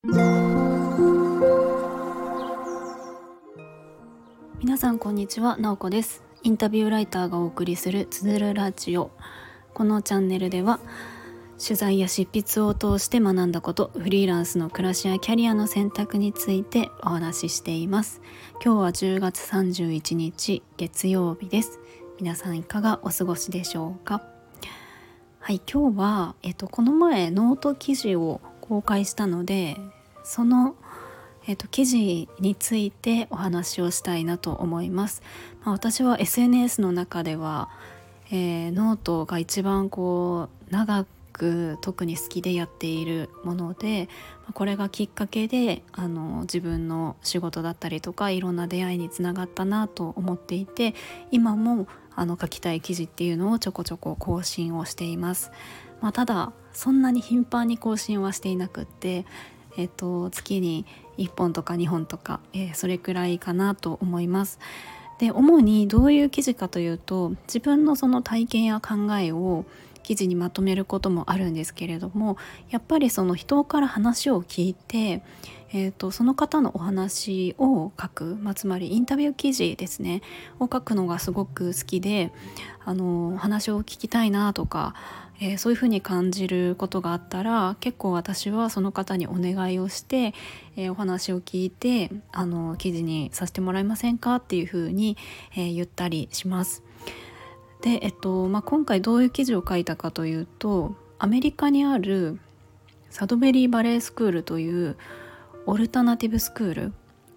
皆さんこんにちは、なおこです。インタビューライターがお送りするつづるラジオ。このチャンネルでは取材や執筆を通して学んだこと、フリーランスの暮らしやキャリアの選択についてお話ししています。今日は10月31日月曜日です。皆さんいかがお過ごしでしょうか。はい、今日は、この前ノート記事を公開したので、その記事についてお話をしたいなと思います。私は SNS の中では、ノートが一番長く特に好きでやっているもので、これがきっかけで自分の仕事だったりとかいろんな出会いにつながったなと思っていて、今も書きたい記事っていうのをちょこちょこ更新をしています。ただそんなに頻繁に更新はしていなくって、月に1本とか2本とか、それくらいかなと思います。で、主にどういう記事かというと、自分のその体験や考えを記事にまとめることもあるんですけれども、やっぱりその人から話を聞いて、その方のお話を書く、つまりインタビュー記事ですねを書くのがすごく好きで、話を聞きたいなとか、そういうふうに感じることがあったら、結構私はその方にお願いをして、お話を聞いて記事にさせてもらえませんかっていうふうに、言ったりします。で、今回どういう記事を書いたかというと、アメリカにあるサドベリーバレエスクールというオルタナティブスクール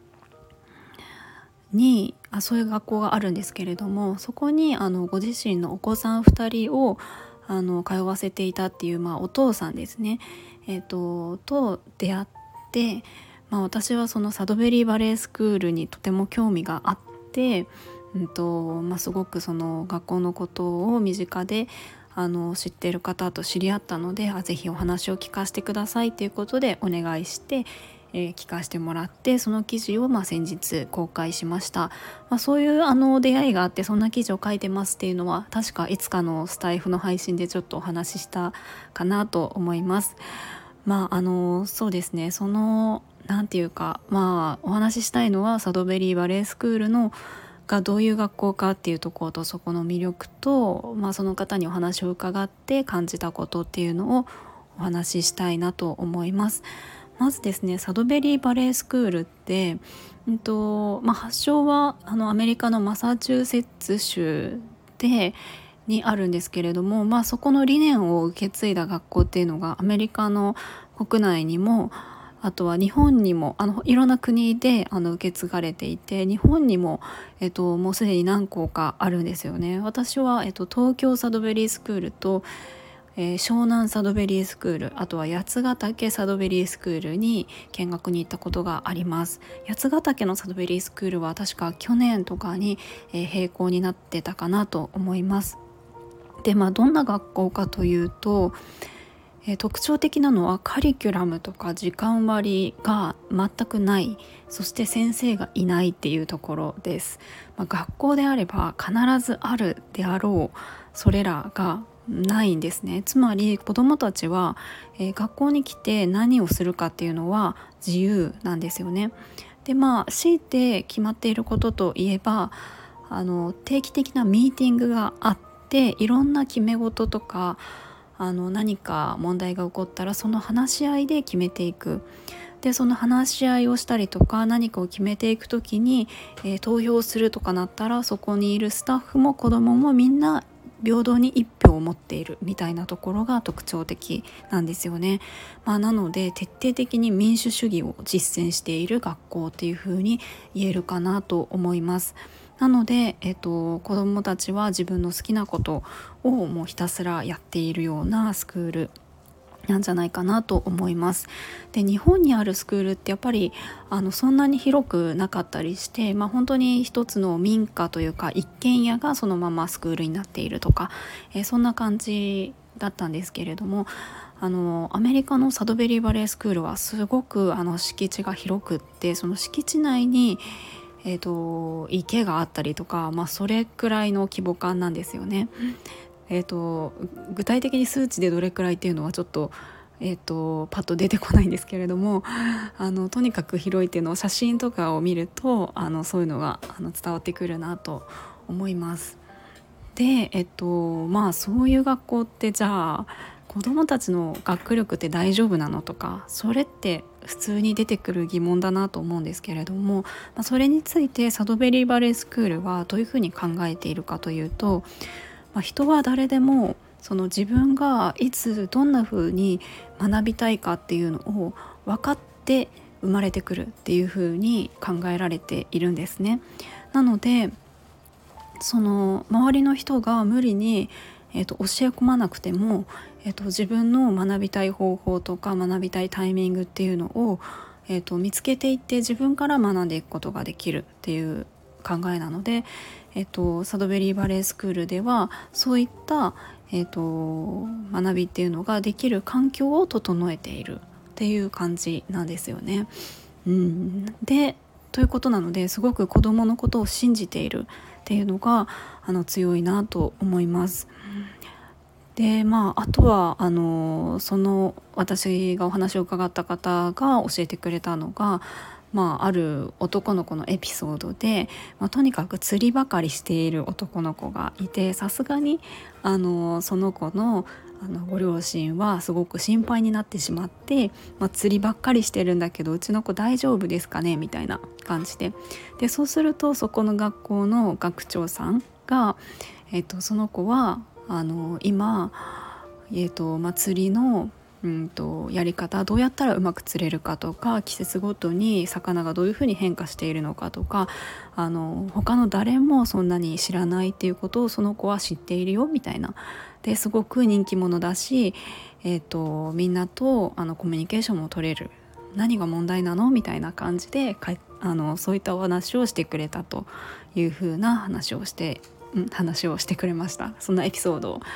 にそういう学校があるんですけれども、そこにご自身のお子さん2人を通わせていたっていう、お父さんですね、と出会って、私はそのサドベリーバレエスクールにとても興味があって、すごくその学校のことを身近で知っている方と知り合ったので、ぜひお話を聞かせてくださいということでお願いして、聞かせてもらって、その記事を先日公開しました。そういう出会いがあって、そんな記事を書いてますっていうのは確かいつかのスタイフの配信でちょっとお話ししたかなと思います。そうですね、そのなんていうか、お話ししたいのはサドベリーバレエスクールのがどういう学校かっていうところと、そこの魅力と、その方にお話を伺って感じたことっていうのをお話ししたいなと思います。まずですね、サドベリーバレエスクールって、発祥はアメリカのマサチューセッツ州にあるんですけれども、そこの理念を受け継いだ学校っていうのがアメリカの国内にも、あとは日本にもいろんな国で受け継がれていて、日本にも、もうすでに何校かあるんですよね。私は、東京サドベリースクールと、湘南サドベリースクール、あとは八ヶ岳サドベリースクールに見学に行ったことがあります。八ヶ岳のサドベリースクールは確か去年とかに、閉校になってたかなと思います。で、どんな学校かというと、特徴的なのはカリキュラムとか時間割が全くない、そして先生がいないっていうところです。学校であれば必ずあるであろうそれらがないんですね。つまり子どもたちは、学校に来て何をするかっていうのは自由なんですよね。で、強いて決まっていることといえば、定期的なミーティングがあって、いろんな決め事とか何か問題が起こったらその話し合いで決めていく。で、その話し合いをしたりとか何かを決めていくときに、投票するとかなったら、そこにいるスタッフも子どももみんな平等に一票を持っているみたいなところが特徴的なんですよね。なので徹底的に民主主義を実践している学校っていうふうに言えるかなと思います。なので、子どもたちは自分の好きなことをもうひたすらやっているようなスクールなんじゃないかなと思います。で、日本にあるスクールってやっぱりそんなに広くなかったりして、本当に一つの民家というか一軒家がそのままスクールになっているとか、そんな感じだったんですけれども、アメリカのサドベリーバレエスクールはすごく敷地が広くって、その敷地内に池があったりとか、それくらいの規模感なんですよね。具体的に数値でどれくらいっていうのはちょっとパッと出てこないんですけれども、とにかく広いっていうのを写真とかを見るとそういうのが伝わってくるなと思います。で、そういう学校ってじゃあ子どもたちの学力って大丈夫なのとか、それって普通に出てくる疑問だなと思うんですけれども、それについてサドベリーバレースクールはどういうふうに考えているかというと、人は誰でもその自分がいつどんな風に学びたいかっていうのを分かって生まれてくるっていう風に考えられているんですね。なのでその周りの人が無理に、教え込まなくても、自分の学びたい方法とか学びたいタイミングっていうのを、見つけていって自分から学んでいくことができるっていう考えなので、サドベリーバレースクールではそういった、学びっていうのができる環境を整えているっていう感じなんですよね。でということなので、すごく子どものことを信じているっていうのが強いなと思います。であとはその私がお話を伺った方が教えてくれたのが、ある男の子のエピソードで、とにかく釣りばかりしている男の子がいて、さすがにその子のご両親はすごく心配になってしまって、釣りばっかりしてるんだけどうちの子大丈夫ですかねみたいな感じで、そうするとそこの学校の学長さんが、その子は今、釣りのやり方どうやったらうまく釣れるかとか、季節ごとに魚がどういうふうに変化しているのかとか、他の誰もそんなに知らないっていうことをその子は知っているよみたいな。ですごく人気者だし、みんなとコミュニケーションも取れる、何が問題なのみたいな感じでそういったお話をしてくれたというふうな話をしてくれました。そんなエピソードを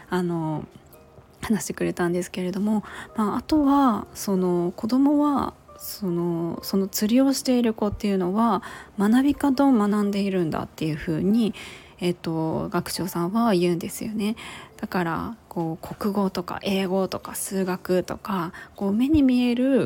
話してくれたんですけれども、あとはその子供はその釣りをしている子っていうのは学び方を学んでいるんだっていうふうに、学長さんは言うんですよね。だから国語とか英語とか数学とか目に見える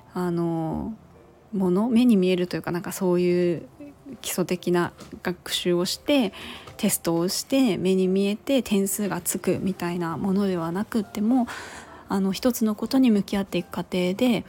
目に見えるというか、そういう基礎的な学習をしてテストをして目に見えて点数がつくみたいなものではなくっても、一つのことに向き合っていく過程で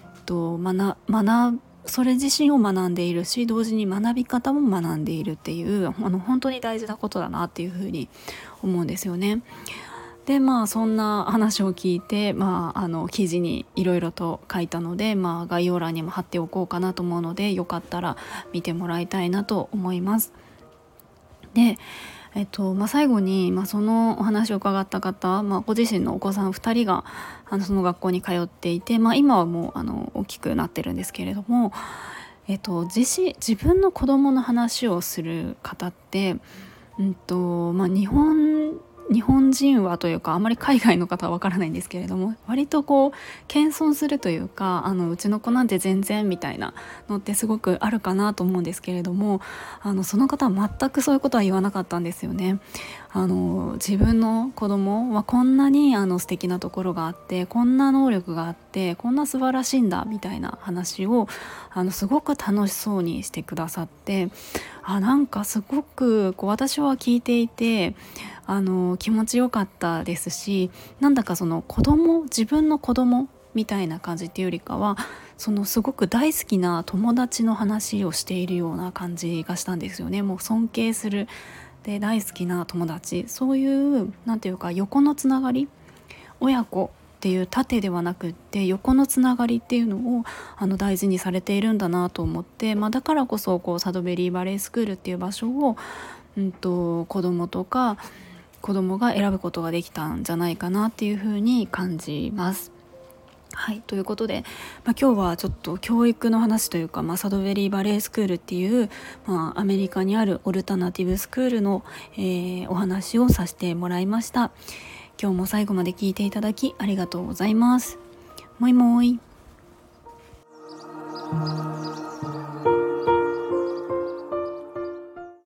それ自身を学んでいるし、同時に学び方も学んでいるっていう本当に大事なことだなっていうふうに思うんですよね。でそんな話を聞いて、記事にいろいろと書いたので、概要欄にも貼っておこうかなと思うので、よかったら見てもらいたいなと思います。で、最後に、そのお話を伺った方、ご自身のお子さん2人がその学校に通っていて、今はもう大きくなってるんですけれども、自分の子供の話をする方って、日本人はというかあまり海外の方はわからないんですけれども、割と謙遜するというか、うちの子なんて全然みたいなのってすごくあるかなと思うんですけれども、その方は全くそういうことは言わなかったんですよね。自分の子供はこんなに素敵なところがあって、こんな能力があって、こんな素晴らしいんだみたいな話をすごく楽しそうにしてくださって、すごく私は聞いていて気持ちよかったですし、なんだかその自分の子供みたいな感じっていうよりかは、すごく大好きな友達の話をしているような感じがしたんですよね。もう尊敬するで大好きな友達、そういうなんていうか横のつながり、親子っていう縦ではなくって横のつながりっていうのを大事にされているんだなと思って、だからこそサドベリーバレースクールっていう場所を、子供が選ぶことができたんじゃないかなっていうふうに感じます。はい、ということで、今日はちょっと教育の話というか、サドベリーバレースクールっていう、アメリカにあるオルタナティブスクールの、お話をさせてもらいました。今日も最後まで聞いていただきありがとうございます。もいもい。